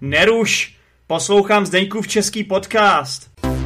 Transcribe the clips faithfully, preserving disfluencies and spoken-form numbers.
Neruš, poslouchám Zdeňkův český podcast.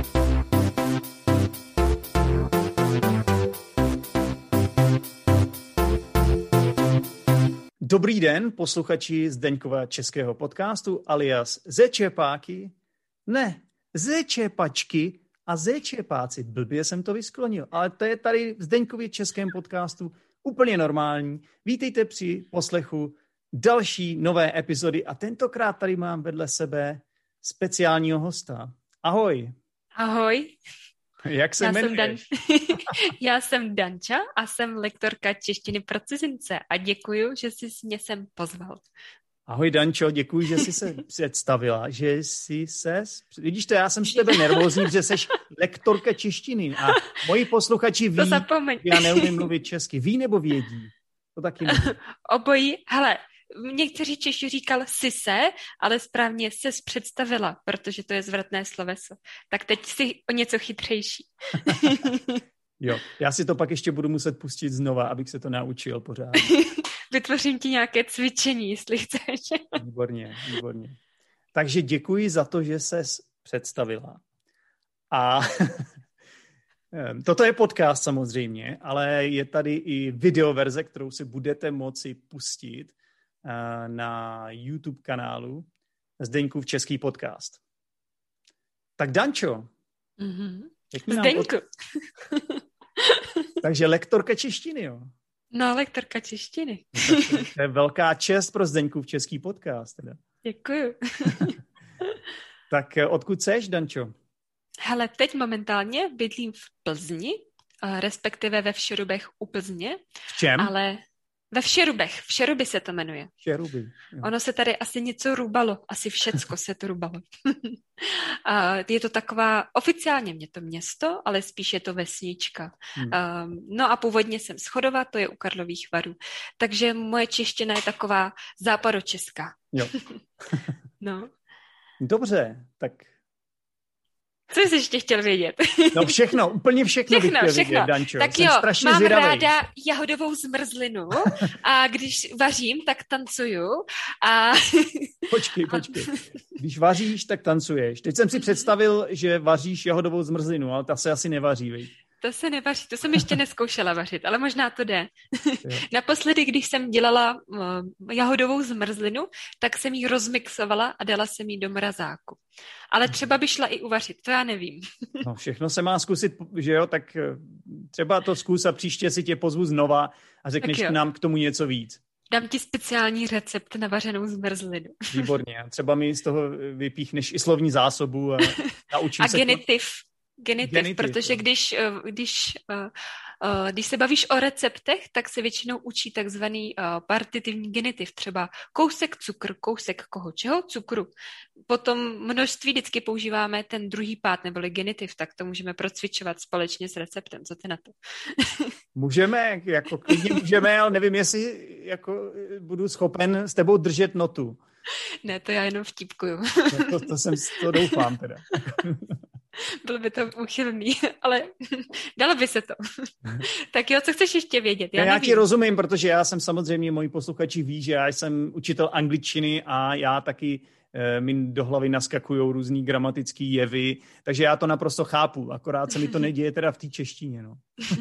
Dobrý den, posluchači Zdeňkova českého podcastu alias Zečepáky. Ne, Zečepačky a Zečepáci. Blbě jsem to vysklonil, ale to je tady v Zdeňkově českém podcastu úplně normální. Vítejte při poslechu další nové epizody a tentokrát tady mám vedle sebe speciálního hosta. Ahoj. Ahoj. Jak se Já jmenuješ? jsem Dan... Já jsem Danča a jsem lektorka češtiny pro cizince a děkuju, že jsi mě sem pozval. Ahoj Dančo, děkuji, že jsi se představila, že jsi se... Vidíš to, já jsem z tebe nervózní, protože jsi lektorka češtiny a moji posluchači ví, já neumím mluvit česky. Ví nebo vědí? To taky nevím. Obojí. Hele, někteří Češi říkal si se, ale správně ses představila, protože to je zvratné sloveso. Tak teď jsi o něco chytřejší. Jo, já si to pak ještě budu muset pustit znova, abych se to naučil pořád. Vytvořím ti nějaké cvičení, jestli chceš. Výborně, výborně. Takže děkuji za to, že ses představila. A toto je podcast samozřejmě, ale je tady i videoverze, kterou si budete moci pustit na YouTube kanálu Zdeňkův český podcast. Tak Dančo. Mm-hmm. Zdeňku. Od... Takže lektorka češtiny, jo? No, lektorka češtiny. To je velká čest pro Zdeňkův český podcast. Teda. Děkuju. Tak odkud seš, Dančo? Hele, teď momentálně bydlím v Plzni, respektive ve Všerubech u Plzně. V čem? Ale ve Všerubech. Všeruby se to jmenuje. Všeruby. Jo. Ono se tady asi něco rubalo. Asi všecko se to rubalo. Je to taková, oficiálně mě to město, ale spíš je to vesnička. Hmm. No a původně jsem z Chodova, to je u Karlových Varů. Takže moje čeština je taková západočeská. Jo. No. Dobře, tak... Co jsi ještě chtěl vědět? No všechno, úplně všechno, všechno bych chtěl všechno. vědět, Dančo. Tak Jsem jo, mám zvědavý. ráda jahodovou zmrzlinu a když vařím, tak tancuju. A... Počkej, počkej. Když vaříš, tak tancuješ. Teď jsem si představil, že vaříš jahodovou zmrzlinu, ale ta se asi nevaří, veď? To se nevaří, to jsem ještě neskoušela vařit, ale možná to jde. Naposledy, když jsem dělala uh, jahodovou zmrzlinu, tak jsem ji rozmixovala a dala jsem ji do mrazáku. Ale třeba by šla i uvařit, to já nevím. No všechno se má zkusit, že jo, tak třeba to zkus a příště si tě pozvu znova a řekneš nám k tomu něco víc. Dám ti speciální recept na vařenou zmrzlinu. Výborně, třeba mi z toho vypíchneš i slovní zásobu a naučím a se... A genitiv. To... Genitiv, Genitiv, protože když, když, když se bavíš o receptech, tak se většinou učí takzvaný partitivní genitiv, třeba kousek cukr, kousek koho, čeho? Cukru. Potom množství vždycky používáme ten druhý pád, neboli genitiv, tak to můžeme procvičovat společně s receptem. Co ty na to? Můžeme, jako klidně můžeme, ale nevím, jestli jako budu schopen s tebou držet notu. Ne, to já jenom vtipkuju. To, to, to jsem, to doufám teda. Bylo by to uchylný, ale dalo by se to. Tak jo, co chceš ještě vědět? Já, já ti rozumím, protože já jsem samozřejmě, moji posluchači ví, že já jsem učitel angličtiny a já taky eh, mi do hlavy naskakujou různý gramatický jevy, takže já to naprosto chápu, akorát se mi to neděje teda v té češtině, no.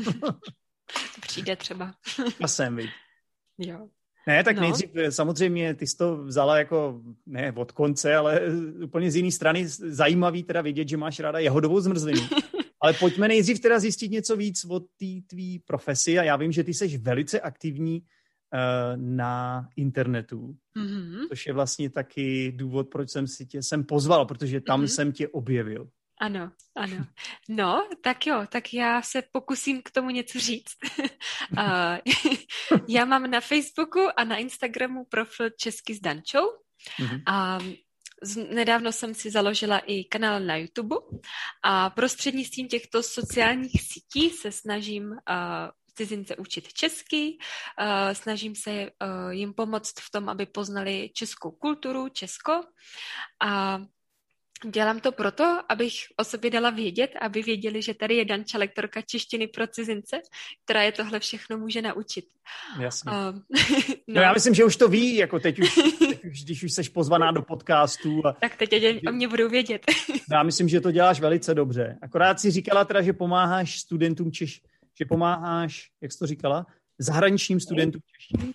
Přijde třeba. A jsem, viď. Jo. Ne, tak no. nejdřív samozřejmě ty jsi to vzala jako, ne od konce, ale úplně z jiné strany zajímavý teda vědět, že máš ráda jahodovou zmrzlinu. Ale pojďme nejdřív teda zjistit něco víc o té tvý profesi a já vím, že ty jsi velice aktivní uh, na internetu, mm-hmm. což je vlastně taky důvod, proč jsem si tě sem pozval, protože tam mm-hmm. jsem tě objevil. Ano, ano. No, tak jo, tak já se pokusím k tomu něco říct. uh, já mám na Facebooku a na Instagramu profil Česky s Dančou. Mm-hmm. A z, nedávno jsem si založila i kanál na YouTube a prostřednictvím těchto sociálních sítí se snažím uh, cizince učit česky, uh, snažím se uh, jim pomoct v tom, aby poznali českou kulturu, Česko a Dělám to proto, abych o sobě dala vědět, aby věděli, že tady je Danča, lektorka češtiny pro cizince, která je tohle všechno může naučit. Jasně. Um, no. no já myslím, že už to ví, jako teď už, teď už když už seš pozvaná do podcastu. A... Tak teď o mě budou vědět. Já myslím, že to děláš velice dobře. Akorát si říkala teda, že pomáháš studentům češ, že pomáháš, jak jsi to říkala, zahraničním studentům češtiny.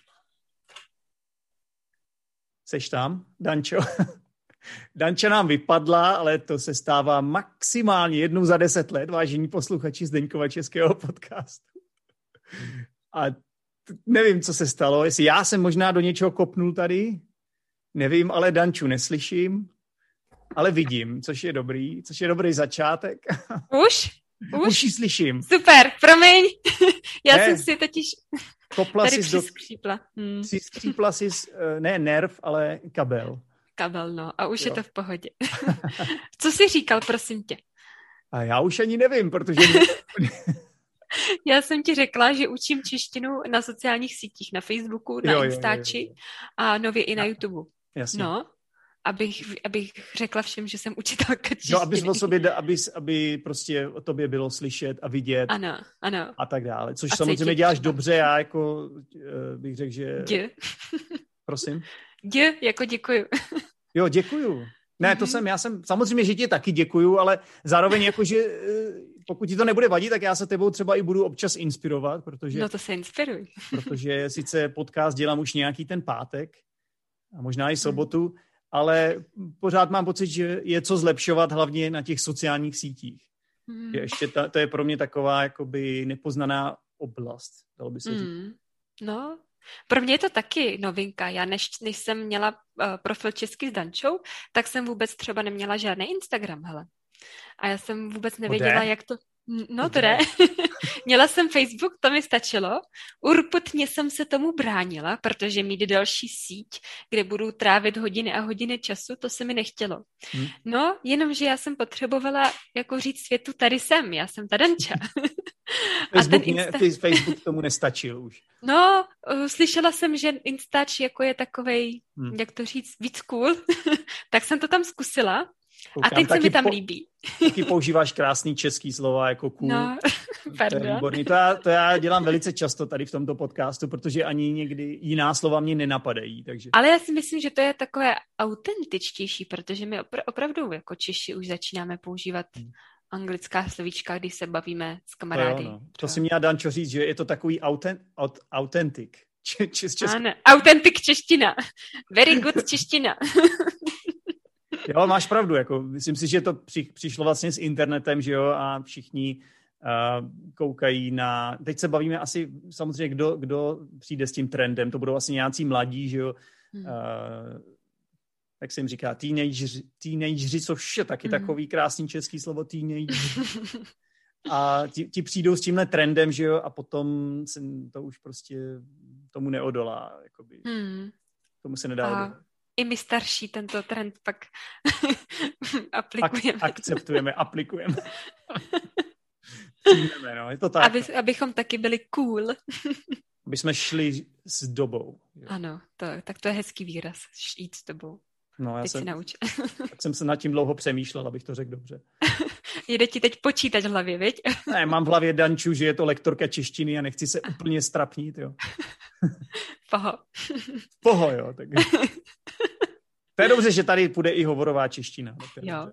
Seš tam, Dančo? Danča nám vypadla, ale to se stává maximálně jednou za deset let, vážení posluchači Zdeňkova českého podcastu. A t- nevím, co se stalo, jestli já jsem možná do něčeho kopnul tady, nevím, ale Danču neslyším, ale vidím, což je dobrý, což je dobrý začátek. Už? Už? Už ji slyším. Super, promiň. Já ne, jsem si totiž kopla tady jsi do... přiskřípla. Hmm. Přiskřípla jsi, ne nerv, ale kabel. Kabel, no. A už jo. Je to v pohodě. Co jsi říkal, prosím tě? A já už ani nevím, protože... Já jsem ti řekla, že učím češtinu na sociálních sítích, na Facebooku, na jo, Instači jo, jo, jo. a nově i na YouTube. Jasně. No, abych, abych řekla všem, že jsem učitelka češtiny. No, abys o sobě, aby, aby prostě o tobě bylo slyšet a vidět. Ano, ano. A tak dále. Což a samozřejmě děláš třeba dobře, já jako bych řekl, že... Dě. Prosím? Dě, jako děkuju. Jo, děkuju. Ne, to mm-hmm. jsem, já jsem, samozřejmě, že ti taky děkuju, ale zároveň jako, že pokud ti to nebude vadit, tak já se tebou třeba i budu občas inspirovat, protože... No to se inspiruj. Protože sice podcast dělám už nějaký ten pátek a možná i sobotu, mm. ale pořád mám pocit, že je co zlepšovat hlavně na těch sociálních sítích. Mm. Ještě ta, to je pro mě taková jakoby nepoznaná oblast, dalo by se říct. Mm. No, pro mě je to taky novinka. Já než, než jsem měla uh, profil Česky s Dančou, tak jsem vůbec třeba neměla žádný Instagram, hele. A já jsem vůbec nevěděla, jak to... No to jde. Měla jsem Facebook, to mi stačilo. Urputně jsem se tomu bránila, protože mít další síť, kde budu trávit hodiny a hodiny času, to se mi nechtělo. Hmm. No, jenomže já jsem potřebovala jako říct světu, tady jsem, já jsem ta Danča. Facebook, Insta... mě, Facebook tomu nestačil už. No, uh, slyšela jsem, že Instač jako je takovej, hmm. jak to říct, víc cool, tak jsem to tam zkusila. Koukám, a teď se mi tam po, líbí. Taky používáš krásný český slova jako cool. No, pardon. To je výborný. To já, to já dělám velice často tady v tomto podcastu, protože ani někdy jiná slova mě nenapadají. Takže... Ale já si myslím, že to je takové autentičtější, protože my opr- opravdu jako Češi už začínáme používat hmm. anglická slovíčka, když se bavíme s kamarády. To, jo, no. To si měla, Dančo, říct, že je to takový autent, aut, autentik. Č, č, č, ano, autentik čeština. Very good čeština. Jo, máš pravdu, jako myslím si, že to při, přišlo vlastně s internetem, že jo, a všichni uh, koukají na, teď se bavíme asi samozřejmě, kdo, kdo přijde s tím trendem, to budou asi nějací mladí, že jo, hmm. uh, jak se jim říká, teenageři, teenageři, což je taky hmm. takový krásný český slovo, teenageři. A ti, ti přijdou s tímhle trendem, že jo, a potom se to už prostě tomu neodolá, jakoby. Hmm. Tomu se nedá a... odolat. I my starší tento trend pak aplikujeme. Ak- akceptujeme, aplikujeme. Přijmeme, no, je to tak. Aby, abychom taky byli cool. Aby jsme šli s dobou. Jo. Ano, to, tak to je hezký výraz, jít s dobou. No, já teď jsem, si nauč. tak jsem se nad tím dlouho přemýšlel, abych to řekl dobře. Jde ti teď počítat v hlavě, viď? Ne, mám v hlavě Danču, že je to lektorka češtiny a nechci se úplně strapnit, jo. Poho. Poho, jo. Tak... To je dobře, že tady půjde i hovorová čeština. Jo.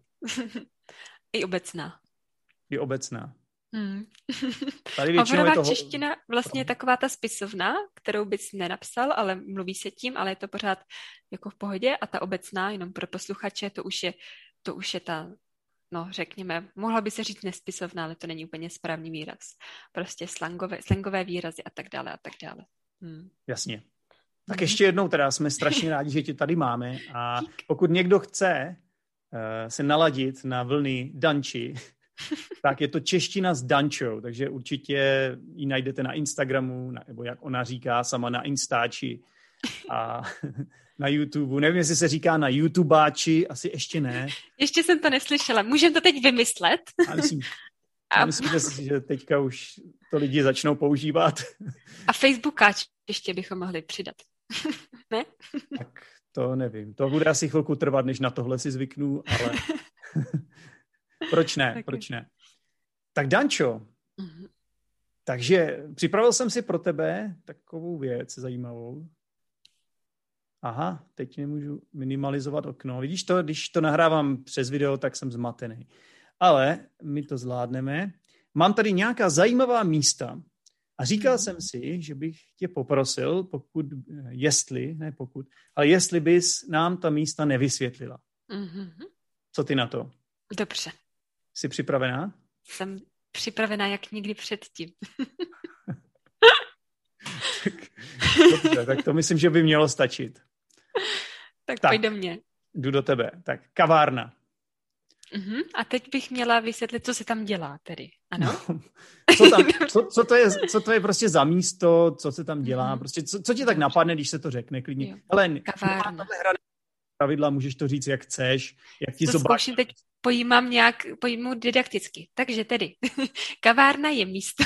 I obecná. I obecná. Hmm. Tady hovorová toho... čeština vlastně je taková ta spisovná, kterou bys nenapsal, ale mluví se tím, ale je to pořád jako v pohodě, a ta obecná, jenom pro posluchače, to už je, to už je ta, no řekněme, mohla by se říct nespisovná, ale to není úplně správný výraz. Prostě slangové, slangové výrazy a tak dále a tak dále. Hmm. Jasně. Tak ještě jednou teda jsme strašně rádi, že tě tady máme, a pokud někdo chce uh, se naladit na vlny Danči, tak je to čeština s Dančou, takže určitě ji najdete na Instagramu, nebo jak ona říká sama, na Instači a na YouTube. Nevím, jestli se říká na YouTubáči, asi ještě ne. Ještě jsem to neslyšela. Můžeme to teď vymyslet? A myslím, a... myslím že, že teďka už to lidi začnou používat. A Facebookáč ještě bychom mohli přidat. Ne? Tak To nevím. To bude asi chvilku trvat, než na tohle si zvyknu, ale proč ne, okay. proč ne. Tak Dančo, mm-hmm. takže připravil jsem si pro tebe takovou věc zajímavou. Aha, teď nemůžu minimalizovat okno. Vidíš to, když to nahrávám přes video, tak jsem zmatený. Ale my to zvládneme. Mám tady nějaká zajímavá místa a říkal mm. jsem si, že bych tě poprosil, pokud, jestli, ne pokud, ale jestli bys nám ta místa nevysvětlila. Mm-hmm. Co ty na to? Dobře. Jsi připravená? Jsem připravená jak nikdy předtím. tak, dobře, tak to myslím, že by mělo stačit. Tak, tak pojď do mě. Jdu do tebe. Tak kavárna. Uh-huh. A teď bych měla vysvětlit, co se tam dělá tedy. Ano? No, co, tam, co, co, to je, co to je prostě za místo, co se tam dělá, uh-huh. prostě co, co ti tak napadne, když se to řekne klidně. Ale kavárna. Pravidla, můžeš to říct, jak chceš, jak ti to to zkouším teď pojímám nějak, pojmu didakticky. Takže tedy, kavárna je místo,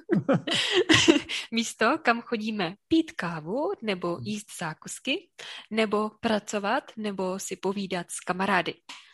místo, kam chodíme pít kávu, nebo jíst zákusky, nebo pracovat, nebo si povídat s kamarády.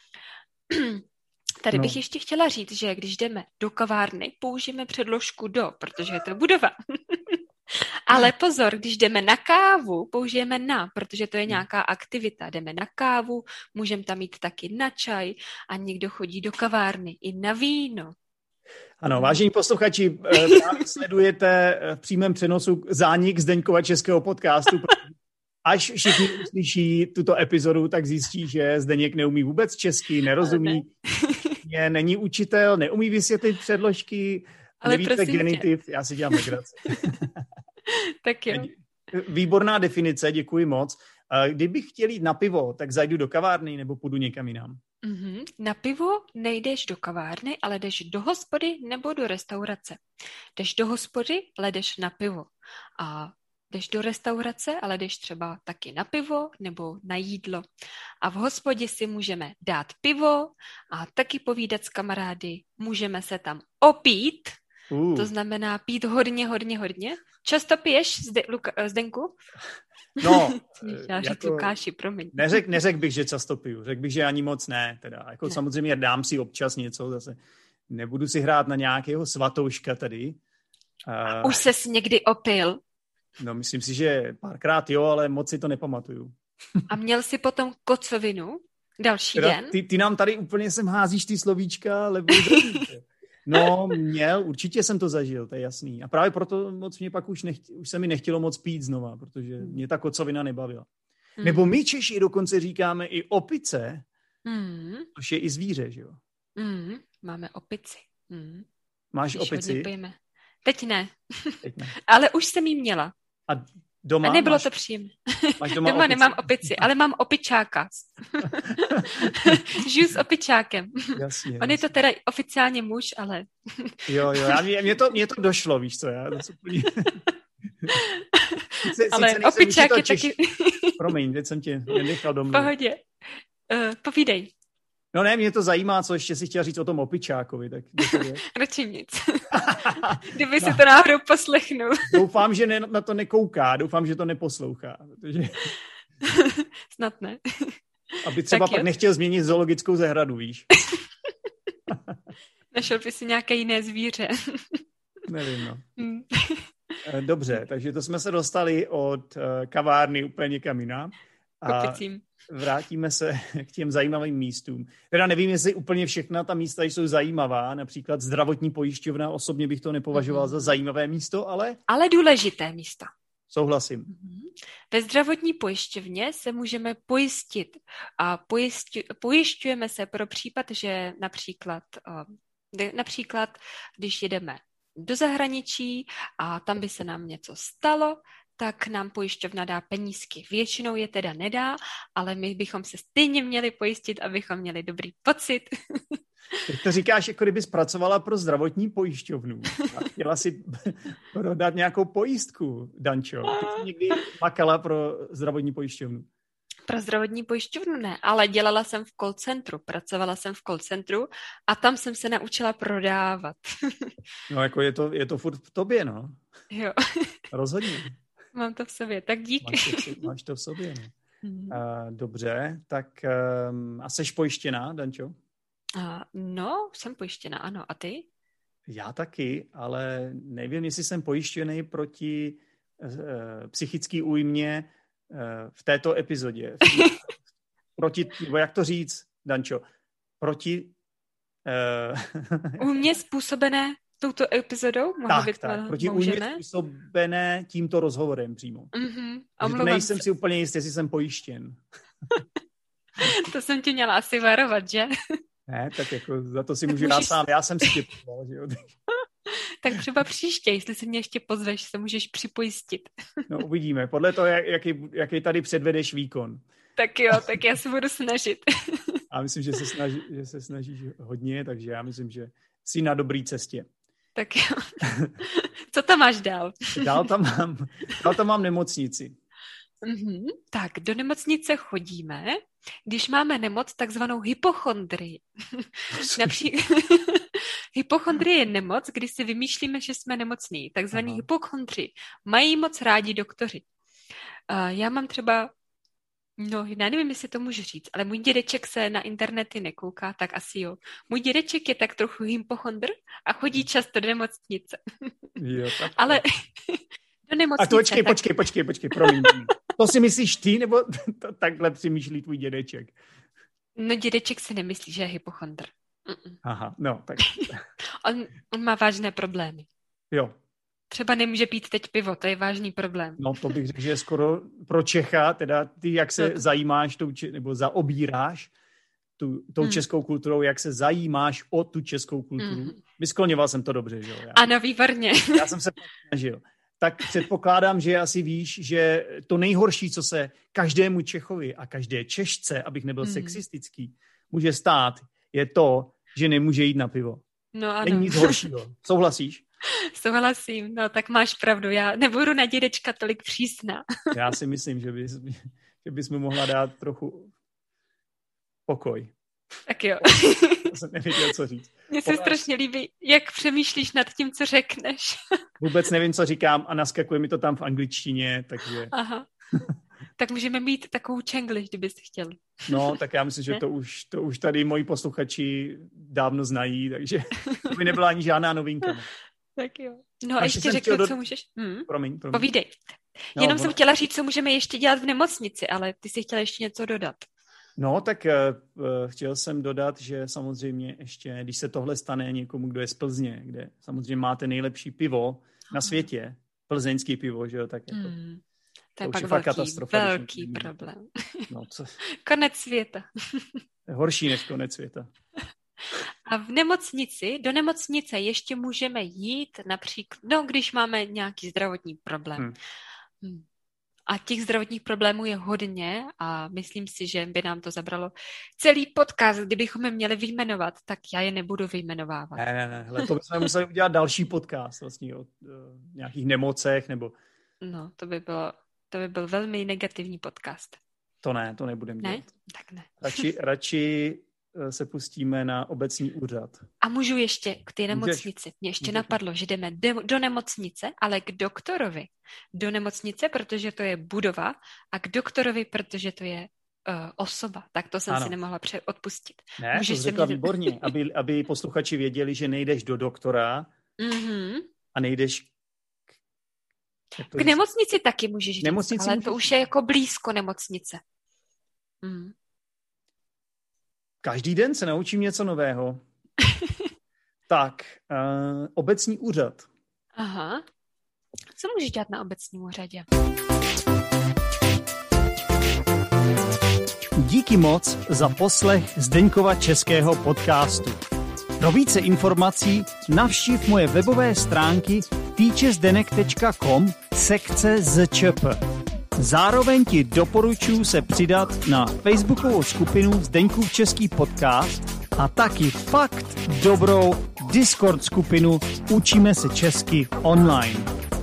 Tady bych no. ještě chtěla říct, že když jdeme do kavárny, použijeme předložku do, protože je to budova. Ale pozor, když jdeme na kávu, použijeme na, protože to je nějaká aktivita. Jdeme na kávu, můžeme tam jít taky na čaj a někdo chodí do kavárny i na víno. Ano, vážení posluchači, sledujete v přímém přenosu zánik Zdeňkova českého podcastu. Až všichni uslyší tuto epizodu, tak zjistí, že Zdeněk neumí vůbec česky, nerozumí, ne. není učitel, neumí vysvětlit předložky, ale nevíte genitiv, tě. Já si dělám legraci. Tak jo. Výborná definice, děkuji moc. Kdybych chtěl jít na pivo, tak zajdu do kavárny nebo půjdu někam jinam? Mm-hmm. Na pivo nejdeš do kavárny, ale jdeš do hospody nebo do restaurace. Jdeš do hospody, ale jdeš na pivo. A jdeš do restaurace, ale jdeš třeba taky na pivo nebo na jídlo. A v hospodě si můžeme dát pivo a taky povídat s kamarády. Můžeme se tam opít, uh. to znamená pít hodně, hodně, hodně. Často piješ, Zde, Luka, Zdenku? No, já říct jako, Lukáši, promiň. Neřek, neřek bych, že často piju. Řekl bych, že ani moc ne. Teda. Jako ne. Samozřejmě dám si občas něco, zase nebudu si hrát na nějakého svatouška tady. Uh, Už ses někdy opil? No, myslím si, že párkrát jo, ale moc si to nepamatuju. A měl jsi potom kocovinu další teda, den? Ty, ty nám tady úplně sem házíš ty slovíčka, lebo no, měl, určitě jsem to zažil, to je jasný. A právě proto moc mě pak už, nechtě, už se mi nechtělo moc pít znova, protože mě ta kocovina nebavila. Hmm. Nebo my Češi dokonce říkáme i opice, hmm. což je i zvíře, že jo? Hmm. Máme opici. Hmm. Máš Když opici? Teď ne. Teď ne. Ale už jsem jí měla. A doma A nebylo máš... to příjemné. Máš doma, doma opici? Nemám opici, ale mám opičáka. Žiju s opičákem. Jasně, On jasně. je to teda oficiálně muž, ale... jo, jo, já, mě, mě, to, mě to došlo, víš co, já to úplně... sice, ale sice opičák je češ... taky... Promiň, teď jsem tě nenechal domluvit. Pohodě. Uh, povídej. No ne, mě to zajímá, co ještě si chtěla říct o tom opičákovi. Tak radši nic. Kdyby si no. to náhodou poslechnul. Doufám, že ne, na to nekouká, doufám, že to neposlouchá. Protože... Snad ne. Aby třeba tak pak jo. nechtěl změnit zoologickou zahradu, víš. Našel by si nějaké jiné zvíře. Nevím, no. Dobře, takže to jsme se dostali od kavárny úplně někam jinam. A vrátíme se k těm zajímavým místům. Teda nevím, jestli úplně všechna ta místa jsou zajímavá, například zdravotní pojišťovna, osobně bych to nepovažoval mm-hmm. za zajímavé místo, ale... Ale důležité místo. Souhlasím. Mm-hmm. Ve zdravotní pojišťovně se můžeme pojistit a pojišťu, pojišťujeme se pro případ, že například, například, když jedeme do zahraničí a tam by se nám něco stalo, tak nám pojišťovna dá penízky. Většinou je teda nedá, ale my bychom se stejně měli pojistit, abychom měli dobrý pocit. Teď to říkáš, jako kdyby zpracovala pro zdravotní pojišťovnu a chtěla si prodat nějakou pojistku, Dančo. Ty jsi někdy makala pro zdravotní pojišťovnu? Pro zdravotní pojišťovnu ne, ale dělala jsem v call centru, pracovala jsem v call centru a tam jsem se naučila prodávat. No jako je to, je to furt v tobě, no. Jo. Rozhodně. Mám to v sobě, tak díky. Máš to, máš to v sobě, no. Mm. Uh, dobře, tak um, a seš pojištěná, Dančo? Uh, no, jsem pojištěná, ano. A ty? Já taky, ale nevím, jestli jsem pojištěný proti uh, psychický újmě uh, v této epizodě. Proti, nebo jak to říct, Dančo? Proti... Uh... Újmě způsobené touto epizodou? Tak, být, tak, proti újmě způsobené tímto rozhovorem přímo. Mm-hmm. Nejsem se. si úplně jistý, jestli jsem pojištěn. To jsem tě měla asi varovat, že? Ne, tak jako za to si můžu dát můžeš... sám. Já jsem si typoval, že jo. Tak třeba příště, jestli se mě ještě pozveš, se můžeš připojistit. No uvidíme, podle toho, jak, jaký, jaký tady předvedeš výkon. Tak jo, tak já se budu snažit. A myslím, že se, snaží, že se snažíš hodně, takže já myslím, že jsi na dobré cestě. Tak jo. Co tam máš dál? Dál tam mám, dál tam mám nemocnici. Mm-hmm. Tak, do nemocnice chodíme, když máme nemoc, takzvanou hypochondrii. Napří... Hypochondrie je nemoc, kdy si vymýšlíme, že jsme nemocní. Takzvaný Aha. hypochondři. Mají moc rádi doktoři. Uh, já mám třeba, no já nevím, jestli to můžu říct, ale můj dědeček se na internety nekouká, tak asi jo. Můj dědeček je tak trochu hypochondr a chodí často do nemocnice. Jo, tak. Ale do nemocnice. A to počkej, tak... počkej, počkej, počkej, promiň. To si myslíš ty, nebo to takhle přemýšlí tvůj dědeček? No dědeček si nemyslí, že je hypochondr. Mm-mm. Aha, no, tak. on, on má vážné problémy. Jo. Třeba nemůže pít teď pivo, to je vážný problém. No to bych řekl, že je skoro pro Čecha, teda ty, jak se no to... zajímáš, tou, nebo zaobíráš tu, tou hmm. českou kulturou, jak se zajímáš o tu českou kulturu. Hmm. Vyskloňoval jsem to dobře, že jo? Já, ano, výborně. Já jsem se snažil. Tak předpokládám, že asi víš, že to nejhorší, co se každému Čechovi a každé Češce, abych nebyl hmm. sexistický, může stát, je to, že nemůže jít na pivo. No ano. Není nic horšího. Souhlasíš? Souhlasím, no tak máš pravdu, já nebudu na dědečka tolik přísná. Já si myslím, že, bys, že bys mu mohla dát trochu pokoj. Tak jo. Já jsem nevěděl, co říct. Mně se strašně líbí, jak přemýšlíš nad tím, co řekneš. Vůbec nevím, co říkám a naskakuje mi to tam v angličtině, takže... Aha. Tak můžeme mít takovou čenglish, kdybys chtěl. No, tak já myslím, že to už, to už tady moji posluchači dávno znají, takže to by nebyla ani žádná novinka. Ne? Tak jo. No a ještě řeknu, do... co můžeš... Hmm? Promiň, promiň. Povídej. No, Jenom ono... jsem chtěla říct, co můžeme ještě dělat v nemocnici, ale ty jsi chtěla ještě něco dodat. No, tak uh, chtěl jsem dodat, že samozřejmě ještě, když se tohle stane někomu, kdo je z Plzně, kde samozřejmě máte nejlepší pivo na světě, plzeňský pivo, že jo, tak jako... Hmm. To je to pak je velký, katastrofa, velký problém. No, co... Konec světa. Horší než konec světa. A v nemocnici, do nemocnice ještě můžeme jít například, no když máme nějaký zdravotní problém. Hmm. Hmm. A těch zdravotních problémů je hodně a myslím si, že by nám to zabralo celý podcast, kdybychom je měli vyjmenovat, tak já je nebudu vyjmenovávat. Ne, ne, ne, hele, to bychom museli udělat další podcast vlastně o uh, nějakých nemocech nebo... No, to by bylo, to by byl velmi negativní podcast. To ne, to nebudeme dělat. Ne? Tak ne. Radši, radši se pustíme na obecní úřad. A můžu ještě k té nemocnici. Mě ještě Můžeš. napadlo, že jdeme de- do nemocnice, ale k doktorovi. Do nemocnice, protože to je budova, a k doktorovi, protože to je uh, osoba. Tak to jsem ano. si nemohla pře- odpustit. Ne, Můžeš to řekla mě... výborně, aby, aby posluchači věděli, že nejdeš do doktora mm-hmm. a nejdeš k, k nemocnici taky můžeš říct, nemocnici ale můžeš... to už je jako blízko nemocnice. Mm. Každý den se naučím něco nového. Tak, uh, obecní úřad. Aha. Co můžeš dělat na obecním úřadě? Díky moc za poslech Zdeňkova českého podcastu. Pro více informací navštiv moje webové stránky teachesdenek tečka com sekce zčp. Zároveň ti doporučuji se přidat na facebookovou skupinu Zdeňkův český podcast a taky fakt dobrou Discord skupinu Učíme se česky online.